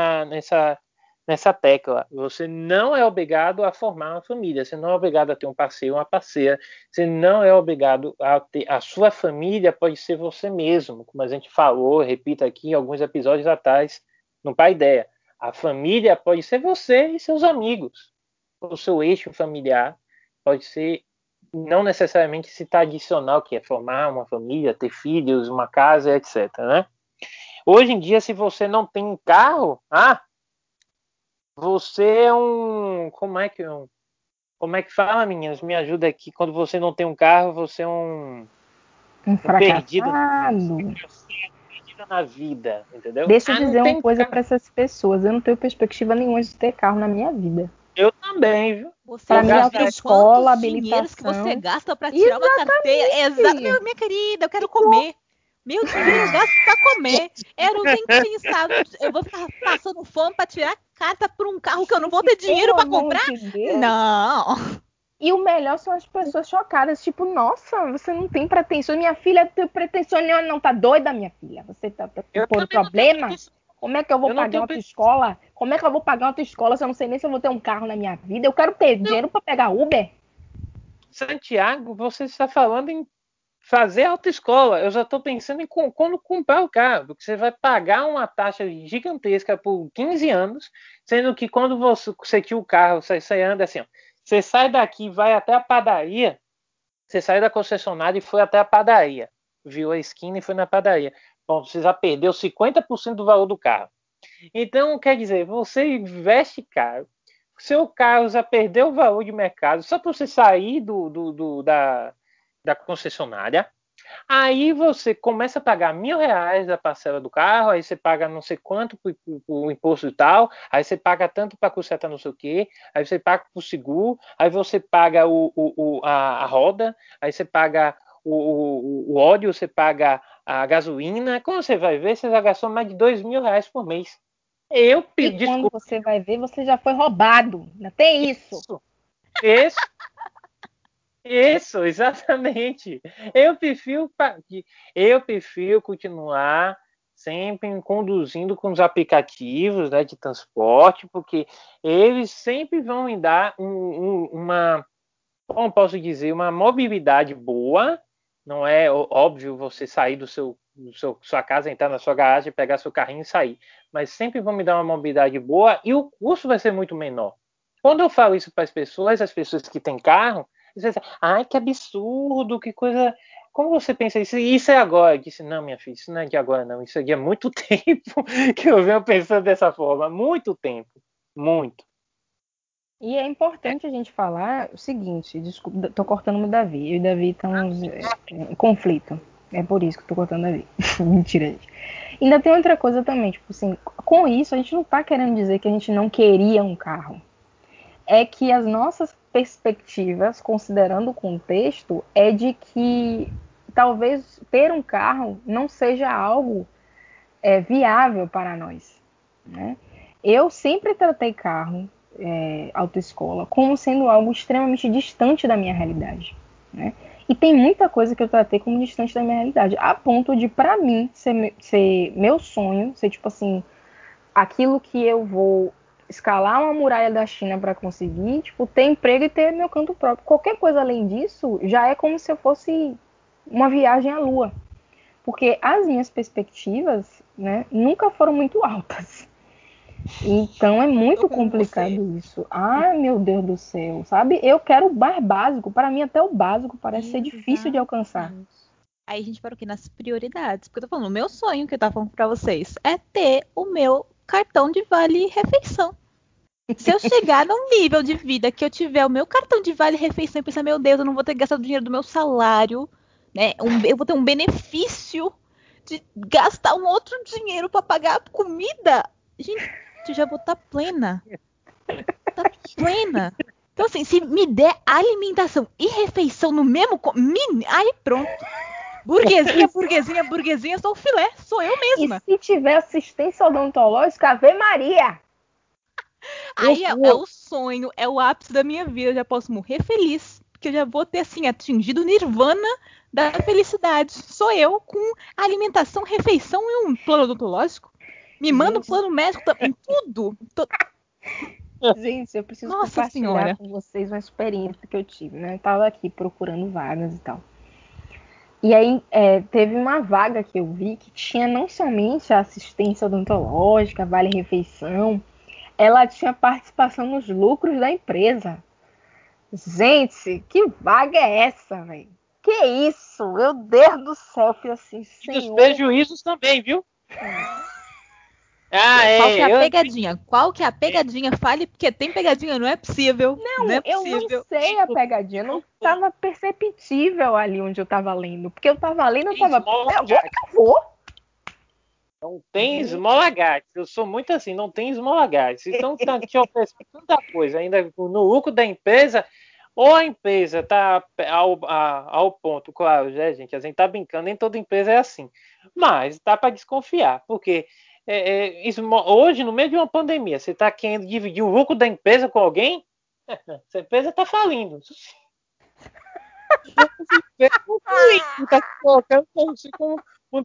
nessa tecla, você não é obrigado a formar uma família, você não é obrigado a ter um parceiro, uma parceira, você não é obrigado a ter, a sua família pode ser você mesmo, como a gente falou, repito aqui em alguns episódios atrás, no Pai Ideia, a família pode ser você e seus amigos, o seu eixo familiar, pode ser não necessariamente esse tradicional, que é formar uma família, ter filhos, uma casa, etc, né? Hoje em dia, se você não tem um carro, você é como é que fala, meninas? Me ajuda aqui. Quando você não tem um carro, você é um perdido, fracassado. perdido na vida, entendeu? Deixa eu Não dizer uma tem coisa carro. para essas pessoas. Eu não tenho perspectiva nenhuma de ter carro na minha vida. Eu também, viu? Você Para Eu mim, já gasto viu autoescola, quantos dinheiros que habilitação. você gasta para tirar uma carteira? Exatamente. Exato, minha querida, eu quero comer. Meu dinheiro eu gasto para comer. Eu não tenho que pensar, eu vou ficar passando fome para tirar carta por um carro que eu não vou ter dinheiro Pelo para amor comprar? de Deus. Não. E o melhor são as pessoas chocadas, tipo, nossa, você não tem pretensões. Minha filha tem pretensões nenhuma, não, tá doida, minha filha? Você tá Eu por também não tenho problema? pretensão. Como é que eu vou Eu não pagar tenho uma autoescola? Como é que eu vou pagar uma autoescola se eu não sei nem se eu vou ter um carro na minha vida? Eu quero ter dinheiro para pegar Uber. Santiago, você está falando em fazer autoescola. Eu já estou pensando em quando comprar o carro, porque você vai pagar uma taxa gigantesca por 15 anos, sendo que quando você tira o carro, você anda assim, ó, você sai daqui, vai até a padaria, você sai da concessionária e foi até a padaria, viu a esquina e foi na padaria. Bom, você já perdeu 50% do valor do carro. Então, quer dizer, você investe caro, seu carro já perdeu o valor de mercado só para você sair da concessionária. Aí você começa a pagar R$ 1.000 da parcela do carro, aí você paga não sei quanto por o imposto e tal, aí você paga tanto para consertar não sei o quê, aí você paga por seguro, aí você paga a roda, aí você paga o óleo, você paga a gasolina. Quando você vai ver, você já gastou mais de R$ 2.000 por mês. Eu E pedi quando desculpa. você vai ver, você já foi roubado. Ainda tem isso. Isso, isso, exatamente. Eu prefiro, eu prefiro continuar sempre conduzindo com os aplicativos, né, de transporte, porque eles sempre vão me dar uma, como posso dizer, uma mobilidade boa. Não é óbvio você sair sua casa, entrar na sua garagem, pegar seu carrinho e sair, mas sempre vão me dar uma mobilidade boa e o custo vai ser muito menor. Quando eu falo isso para as pessoas que têm carro, dizem assim, ai, que absurdo, que coisa como você pensa isso é agora? Eu disse, não, minha filha, isso não é de agora, não. Isso aqui é muito tempo que eu venho pensando dessa forma. Muito tempo. Muito. E é importante a gente falar o seguinte, desculpa, tô cortando o Davi. Eu e o Davi estamos em conflito. É por isso que eu tô cortando o Davi. Mentira, gente. Ainda tem outra coisa também, tipo assim, com isso a gente não tá querendo dizer que a gente não queria um carro. É que as nossas perspectivas, considerando o contexto, é de que talvez ter um carro não seja algo viável para nós, né? Eu sempre tratei carro, autoescola, como sendo algo extremamente distante da minha realidade, né? E tem muita coisa que eu tratei como distante da minha realidade, a ponto de, para mim, ser meu sonho, ser tipo assim, aquilo que eu vou escalar uma muralha da China para conseguir, tipo, ter emprego e ter meu canto próprio. Qualquer coisa além disso já é como se eu fosse uma viagem à lua. Porque as minhas perspectivas, né, nunca foram muito altas. Então é muito complicado isso. Ai, meu Deus do céu, sabe? Eu quero o mais básico. Para mim, até o básico parece ser difícil de alcançar. Aí a gente para o quê? Nas prioridades. Porque eu tô falando, o meu sonho que eu tava falando pra vocês é ter o meu cartão de vale-refeição. Se eu chegar num nível de vida que eu tiver o meu cartão de vale-refeição e pensar, meu Deus, eu não vou ter que gastar o dinheiro do meu salário, né? Eu vou ter um benefício de gastar um outro dinheiro para pagar a comida. Gente, eu já vou estar plena. Tá plena. Então, assim, se me der alimentação e refeição no mesmo. Aí pronto. Burguesinha, burguesinha, burguesinha, sou o filé, sou eu E mesma. se tiver assistência odontológica, Ave Maria! Aí é o sonho, é o ápice da minha vida. Eu já posso morrer feliz, porque eu já vou ter, assim, atingido o nirvana da felicidade. Sou eu com alimentação, refeição e um plano odontológico. Me manda um Gente, plano médico em tudo. gente, eu preciso Nossa compartilhar senhora. com vocês uma experiência que eu tive, né? Eu tava aqui procurando vagas e tal. E aí teve uma vaga que eu vi que tinha não somente a assistência odontológica, vale-refeição, ela tinha participação nos lucros da empresa. Gente, que vaga é essa, velho? Que isso? Meu Deus do céu, eu fiz assim, E dos senhor. prejuízos também, viu? Qual que é a Eu pegadinha? Qual que é a pegadinha? Fale, porque tem pegadinha, não é possível. Não é Não, eu não possível. sei a pegadinha, não estava perceptível ali onde eu estava lendo. Porque eu estava lendo, eu tem estava, esmola eu vou, grátis. eu vou. Não tem esmola grátis. Eu sou muito assim, não tem esmola grátis. Então tá te oferecendo tanta coisa, ainda no lucro da empresa, ou a empresa está ao ponto, claro, né, gente? A gente tá brincando, nem toda empresa é assim. Mas dá para desconfiar, porque hoje, no meio de uma pandemia, você está querendo dividir o lucro da empresa com alguém? Essa empresa está falindo. Está colocando como um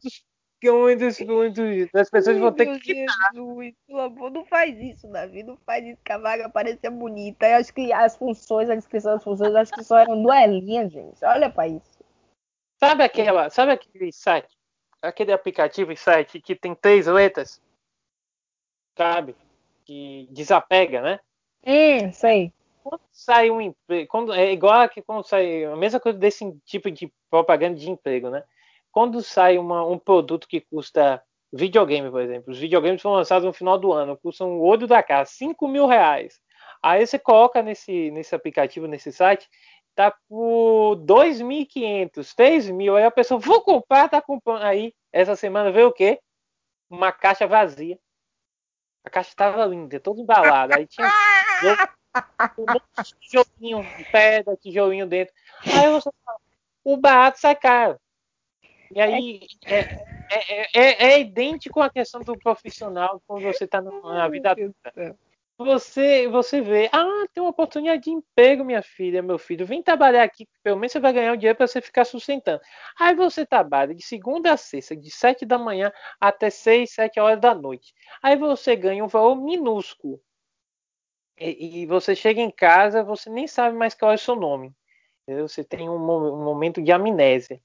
das pessoas Ai, vão ter meu que. Jesus, pelo amor, não faz isso, Davi, não faz isso, que a vaga parecia bonita. Eu acho que as funções, a descrição das funções, acho que só eram duas linhas, gente. Olha pra isso. Sabe aquele site, aquele aplicativo e site que tem 3 letras, sabe? Que desapega, né? Sei. Quando sai um emprego, é igual a que quando sai a mesma coisa desse tipo de propaganda de emprego, né? Quando sai um produto que custa videogame, por exemplo, os videogames foram lançados no final do ano, custam o olho da cara, R$ 5.000. Aí você coloca nesse aplicativo, nesse site, tá por 2.500, 3.000. Aí a pessoa, vou comprar, tá comprando. Aí, essa semana veio o quê? Uma caixa vazia. A caixa estava linda, toda embalada. Aí tinha um monte de tijolinho de pedra, tijolinho dentro. Aí você fala, o barato sai caro. E aí é idêntico à questão do profissional quando você está Ai, na meu vida Deus do adulta. céu. Você vê, tem uma oportunidade de emprego, minha filha, meu filho, vem trabalhar aqui, pelo menos você vai ganhar um dinheiro para você ficar sustentando. Aí você trabalha de segunda a sexta, de 7 da manhã até 6, 7 horas da noite. Aí você ganha um valor minúsculo. E você chega em casa, você nem sabe mais qual é o seu nome. Entendeu? Você tem um momento de amnésia.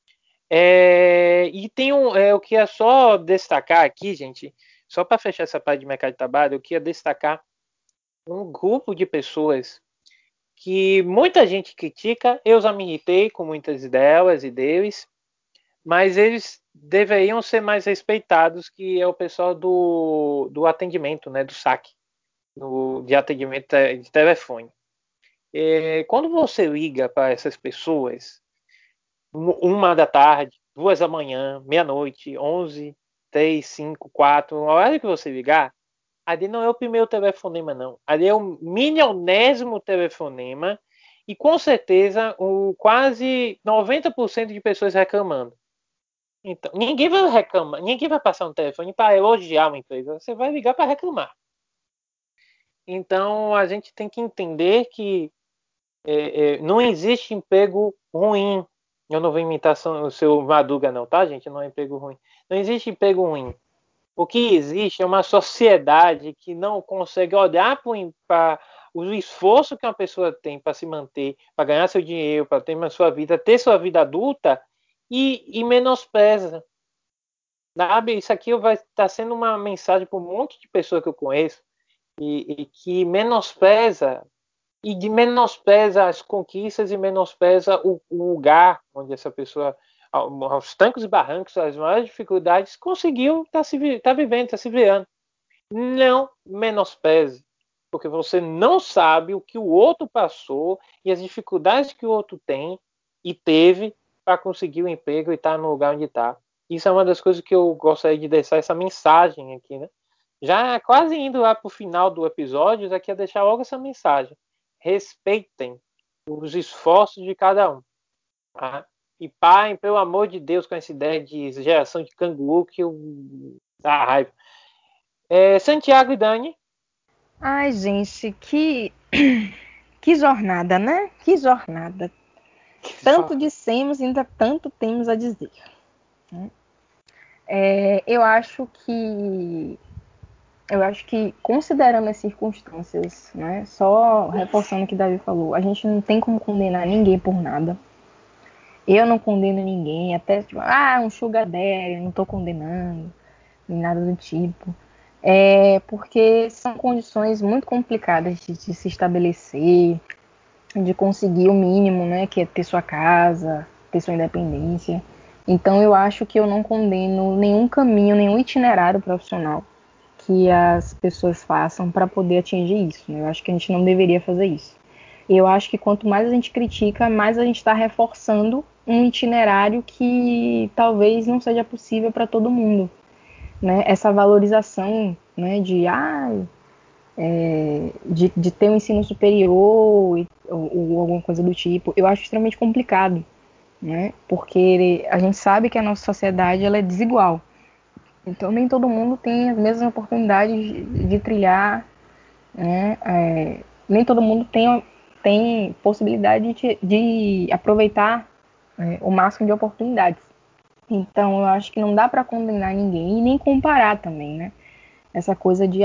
E tem eu queria só destacar aqui, gente, só para fechar essa parte de mercado de trabalho, eu queria destacar um grupo de pessoas que muita gente critica. Eu já me irritei com muitas delas e deles, mas eles deveriam ser mais respeitados, que é o pessoal do atendimento, né, do saque, de atendimento de telefone. Quando você liga para essas pessoas, 1 da tarde, 2 da manhã, meia-noite, 11, 3, 5, 4, a hora que você ligar, ali não é o primeiro telefonema, não. Ali é o milionésimo telefonema e com certeza quase 90% de pessoas reclamando. Então, ninguém vai reclamar, ninguém vai passar um telefone para elogiar uma empresa, você vai ligar para reclamar. Então, a gente tem que entender que não existe emprego ruim. Eu não vou imitar o seu Madruga não, tá, gente? Não é emprego ruim. Não existe emprego ruim. O que existe é uma sociedade que não consegue olhar para o esforço que uma pessoa tem para se manter, para ganhar seu dinheiro, para ter uma sua vida, ter sua vida adulta e menospreza. Sabe? Isso aqui vai estar sendo uma mensagem para um monte de pessoas que eu conheço e que menospreza menospreza as conquistas e menospreza o lugar onde essa pessoa, aos trancos e barrancos, as maiores dificuldades, conseguiu tá vivendo, está se virando. Não menospreze, porque você não sabe o que o outro passou e as dificuldades que o outro tem e teve para conseguir o emprego e estar no lugar onde está. Isso é uma das coisas que eu gostaria de deixar essa mensagem aqui, né? Já quase indo lá para o final do episódio, já queria deixar logo essa mensagem. Respeitem os esforços de cada um. Tá? E parem, pelo amor de Deus, com essa ideia de geração de canguru que eu dá raiva. Santiago e Dani. Ai, gente, que jornada, né? Que jornada. Tanto dissemos e ainda tanto temos a dizer. Eu acho que, considerando as circunstâncias, né, só reforçando o que Davi falou, a gente não tem como condenar ninguém por nada. Eu não condeno ninguém, até tipo, um sugar daddy, não tô condenando, nem nada do tipo. Porque são condições muito complicadas de se estabelecer, de conseguir o mínimo, né, que é ter sua casa, ter sua independência. Então eu acho que eu não condeno nenhum caminho, nenhum itinerário profissional que as pessoas façam para poder atingir isso, né? Eu acho que a gente não deveria fazer isso. Eu acho que quanto mais a gente critica, mais a gente está reforçando um itinerário que talvez não seja possível para todo mundo, né? Essa valorização, né, de ter um ensino superior ou alguma coisa do tipo, eu acho extremamente complicado, né? Porque a gente sabe que a nossa sociedade ela é desigual. Então nem todo mundo tem as mesmas oportunidades de trilhar, né? Nem todo mundo tem possibilidade de aproveitar o máximo de oportunidades. Então eu acho que não dá para condenar ninguém e nem comparar também, né? Essa coisa de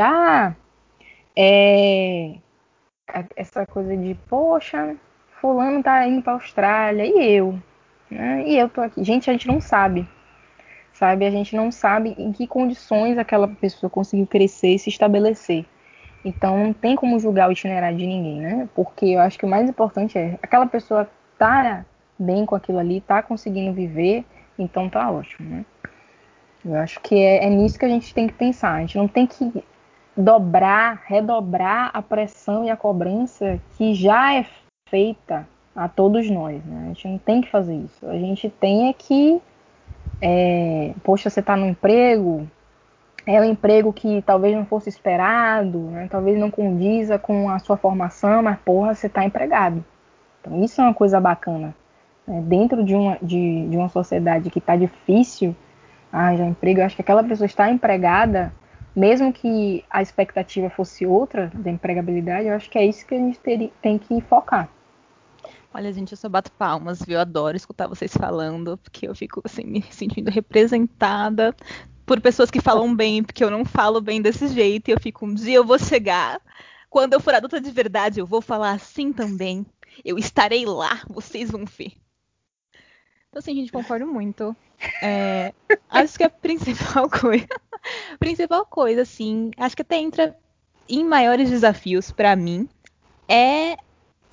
essa coisa de poxa, fulano tá indo para Austrália e eu, né? E eu tô aqui. Gente, a gente não sabe. Sabe? A gente não sabe em que condições aquela pessoa conseguiu crescer e se estabelecer. Então não tem como julgar o itinerário de ninguém, né? Porque eu acho que o mais importante é aquela pessoa tá bem com aquilo ali, tá conseguindo viver, então tá ótimo, né? Eu acho que é nisso que a gente tem que pensar. A gente não tem que redobrar a pressão e a cobrança que já é feita a todos nós, né? A gente não tem que fazer isso. A gente tem que poxa, você está no emprego, é um emprego que talvez não fosse esperado, né? Talvez não condiza com a sua formação, mas porra, você está empregado. Então isso é uma coisa bacana. Né? Dentro de uma sociedade que está difícil, já emprego, eu acho que aquela pessoa está empregada, mesmo que a expectativa fosse outra da empregabilidade, eu acho que é isso que a gente tem que focar. Olha, gente, eu só bato palmas, viu? Eu adoro escutar vocês falando, porque eu fico assim, me sentindo representada por pessoas que falam bem, porque eu não falo bem desse jeito, e eu fico, um dia eu vou chegar, quando eu for adulta de verdade, eu vou falar assim também. Eu estarei lá, vocês vão ver. Então, assim, a gente concorda muito. Acho que a principal coisa, assim, acho que até entra em maiores desafios para mim, é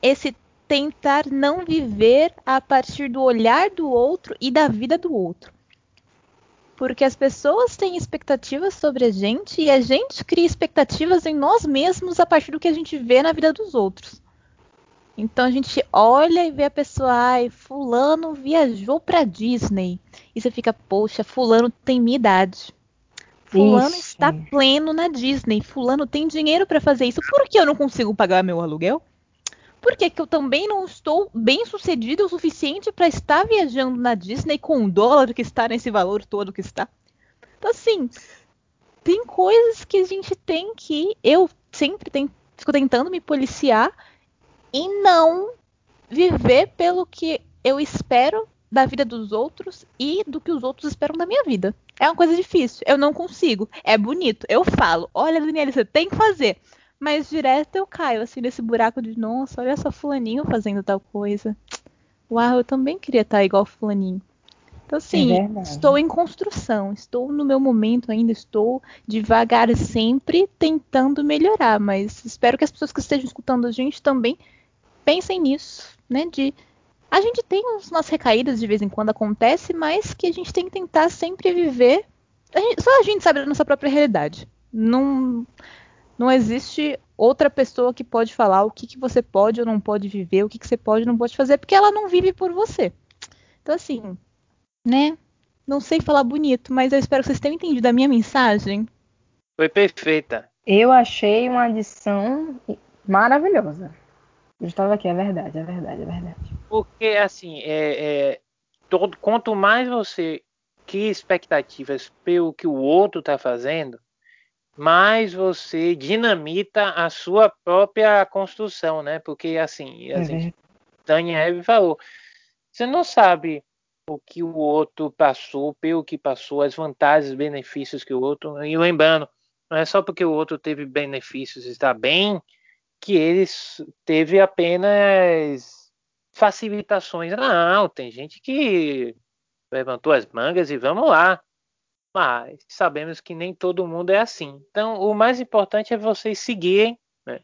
esse tentar não viver a partir do olhar do outro e da vida do outro. Porque as pessoas têm expectativas sobre a gente e a gente cria expectativas em nós mesmos a partir do que a gente vê na vida dos outros. Então a gente olha e vê a pessoa, ai, fulano viajou pra Disney. E você fica, poxa, fulano tem minha idade. Fulano Isso. está pleno na Disney. Fulano tem dinheiro pra fazer isso. Por que eu não consigo pagar meu aluguel? Por que eu também não estou bem sucedido o suficiente para estar viajando na Disney com o dólar que está nesse valor todo que está? Então, assim, tem coisas que a gente tem que... Eu sempre fico tentando me policiar e não viver pelo que eu espero da vida dos outros e do que os outros esperam da minha vida. É uma coisa difícil. Eu não consigo. É bonito. Eu falo, olha, Daniela, você tem que fazer. Mas direto eu caio, assim, nesse buraco de, nossa, olha só fulaninho fazendo tal coisa. Uau, eu também queria estar igual fulaninho. Então, assim, estou em construção, estou no meu momento ainda, estou devagar sempre tentando melhorar, mas espero que as pessoas que estejam escutando a gente também pensem nisso, né, a gente tem umas recaídas de vez em quando acontece, mas que a gente tem que tentar sempre viver, só a gente sabe da nossa própria realidade. Não existe outra pessoa que pode falar o que você pode ou não pode viver, o que você pode ou não pode fazer, porque ela não vive por você. Então, assim, né? Não sei falar bonito, mas eu espero que vocês tenham entendido a minha mensagem. Foi perfeita. Eu achei uma adição maravilhosa. Eu estava aqui, é verdade, é verdade, é verdade. Porque, assim, quanto mais você cria expectativas pelo que o outro está fazendo, mais você dinamita a sua própria construção, né? Porque, assim, Daniel falou, você não sabe o que o outro passou, pelo que passou, as vantagens, benefícios que o outro... E lembrando, não é só porque o outro teve benefícios e está bem, que ele teve apenas facilitações. Não, tem gente que levantou as mangas e vamos lá. Mas sabemos que nem todo mundo é assim. Então, o mais importante é vocês seguirem, né,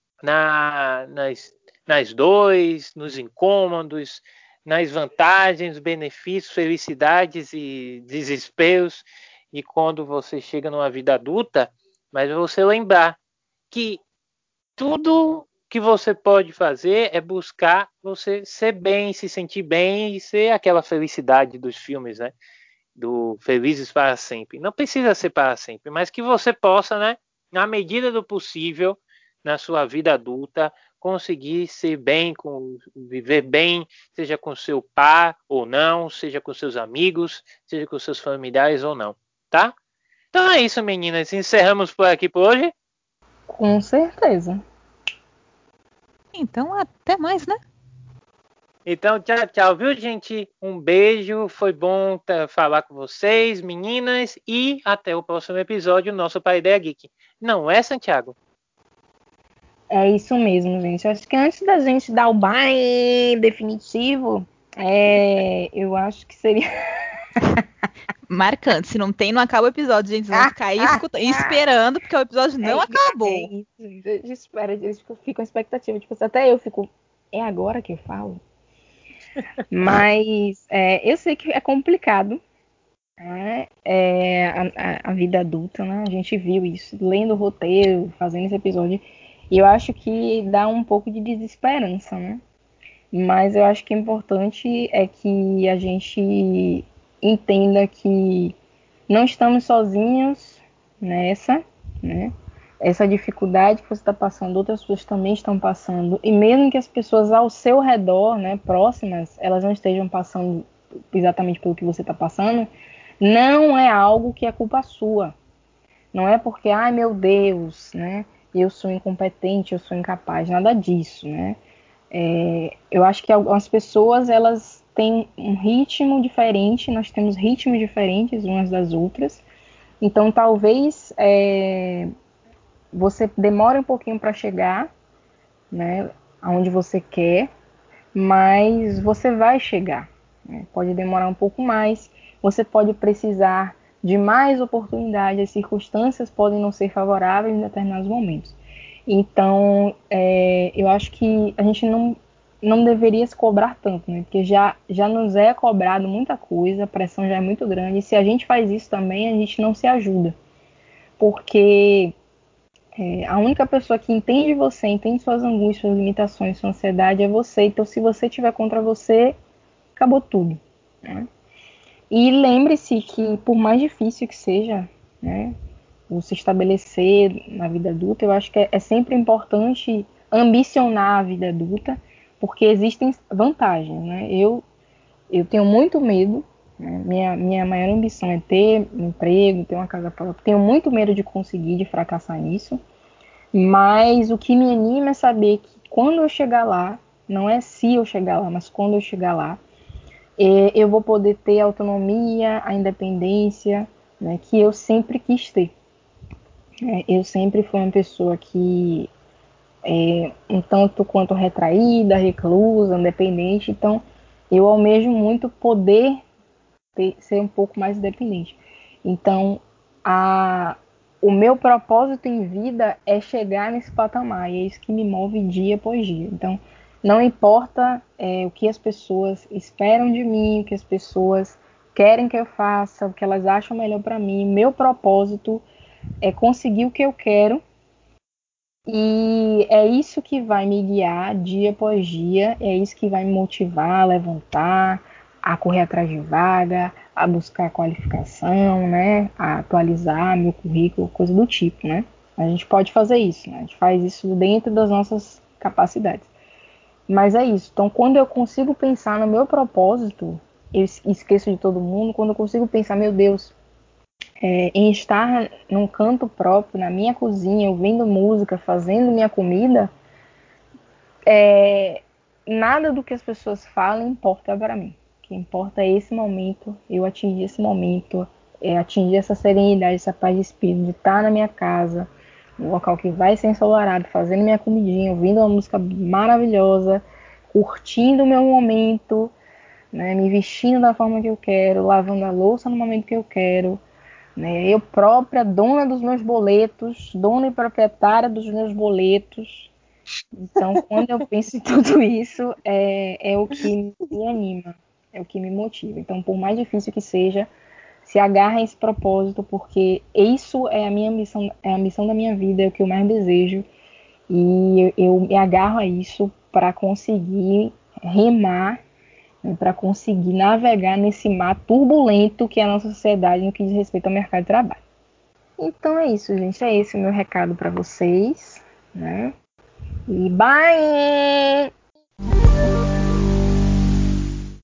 nas dores, nos incômodos, nas vantagens, benefícios, felicidades e desesperos. E quando você chega numa vida adulta, mas você lembrar que tudo que você pode fazer é buscar você ser bem, se sentir bem e ser aquela felicidade dos filmes, né? Do Felizes para Sempre. Não precisa ser para sempre, mas que você possa, né, na medida do possível, na sua vida adulta, conseguir ser bem, viver bem, seja com seu par ou não, seja com seus amigos, seja com seus familiares ou não, tá? Então é isso, meninas. Encerramos por aqui por hoje. Com certeza. Então, até mais, né? Então, tchau, tchau, viu, gente? Um beijo, foi bom falar com vocês, meninas, e até o próximo episódio do nosso Paideia Geek. Não é, Santiago? É isso mesmo, gente. Acho que antes da gente dar o bye definitivo, eu acho que seria... Marcante. Se não tem, não acaba o episódio, gente. Vocês vão ficar aí esperando, porque o episódio não acabou. É isso, gente. A gente espera, a gente fica com expectativa. Tipo, até eu fico, é agora que eu falo? Mas eu sei que é complicado, né? A vida adulta, né? A gente viu isso, lendo o roteiro, fazendo esse episódio. E eu acho que dá um pouco de desesperança, né? Mas eu acho que o importante é que a gente entenda que não estamos sozinhos nessa, né? Essa dificuldade que você está passando, outras pessoas também estão passando. E mesmo que as pessoas ao seu redor, né, próximas, elas não estejam passando exatamente pelo que você está passando, não é algo que é culpa sua. Não é porque, ai meu Deus, né, eu sou incompetente, eu sou incapaz, nada disso, né? Eu acho que algumas pessoas, elas têm um ritmo diferente, nós temos ritmos diferentes umas das outras. Então, talvez você demore um pouquinho para chegar, né, aonde você quer, mas você vai chegar, né? Pode demorar um pouco mais, você pode precisar de mais oportunidades, as circunstâncias podem não ser favoráveis em determinados momentos. Então, eu acho que a gente não deveria se cobrar tanto, né? Porque já nos é cobrado muita coisa, a pressão já é muito grande. E se a gente faz isso também, a gente não se ajuda. Porque a única pessoa que entende você, entende suas angústias, suas limitações, sua ansiedade é você. Então, se você tiver contra você, acabou tudo, né? E lembre-se que, por mais difícil que seja, né, o se estabelecer na vida adulta, eu acho que é sempre importante ambicionar a vida adulta, porque existem vantagens, né? Eu tenho muito medo, né? Minha maior ambição é ter um emprego, ter uma casa própria. Tenho muito medo de conseguir, de fracassar nisso, mas o que me anima é saber que quando eu chegar lá, não é se eu chegar lá, mas quando eu chegar lá, eu vou poder ter a autonomia, a independência, né, que eu sempre quis ter. Eu sempre fui uma pessoa que um tanto quanto retraída, reclusa, independente, então eu almejo muito poder ser um pouco mais independente. Então, o meu propósito em vida é chegar nesse patamar, e é isso que me move dia após dia. Então, não importa o que as pessoas esperam de mim, o que as pessoas querem que eu faça, o que elas acham melhor para mim, meu propósito é conseguir o que eu quero, e é isso que vai me guiar dia após dia, é isso que vai me motivar a levantar, a correr atrás de vaga, a buscar qualificação, né? A atualizar meu currículo, coisa do tipo, né? A gente pode fazer isso, né? A gente faz isso dentro das nossas capacidades. Mas é isso. Então, quando eu consigo pensar no meu propósito, eu esqueço de todo mundo. Quando eu consigo pensar, meu Deus, em estar num canto próprio, na minha cozinha, ouvindo música, fazendo minha comida, nada do que as pessoas falam importa para mim. O que importa é esse momento, eu atingir esse momento, atingir essa serenidade, essa paz de espírito, de estar na minha casa, um local que vai ser ensolarado, fazendo minha comidinha, ouvindo uma música maravilhosa, curtindo o meu momento, né, me vestindo da forma que eu quero, lavando a louça no momento que eu quero, né, eu própria, dona dos meus boletos, dona e proprietária dos meus boletos. Então, quando eu penso em tudo isso, é o que me anima, é o que me motiva. Então, por mais difícil que seja, se agarra a esse propósito, porque isso é a minha ambição, é a missão da minha vida, é o que eu mais desejo. E eu me agarro a isso para conseguir remar, né, para conseguir navegar nesse mar turbulento que é a nossa sociedade no que diz respeito ao mercado de trabalho. Então é isso, gente. É esse o meu recado para vocês, né? E bye!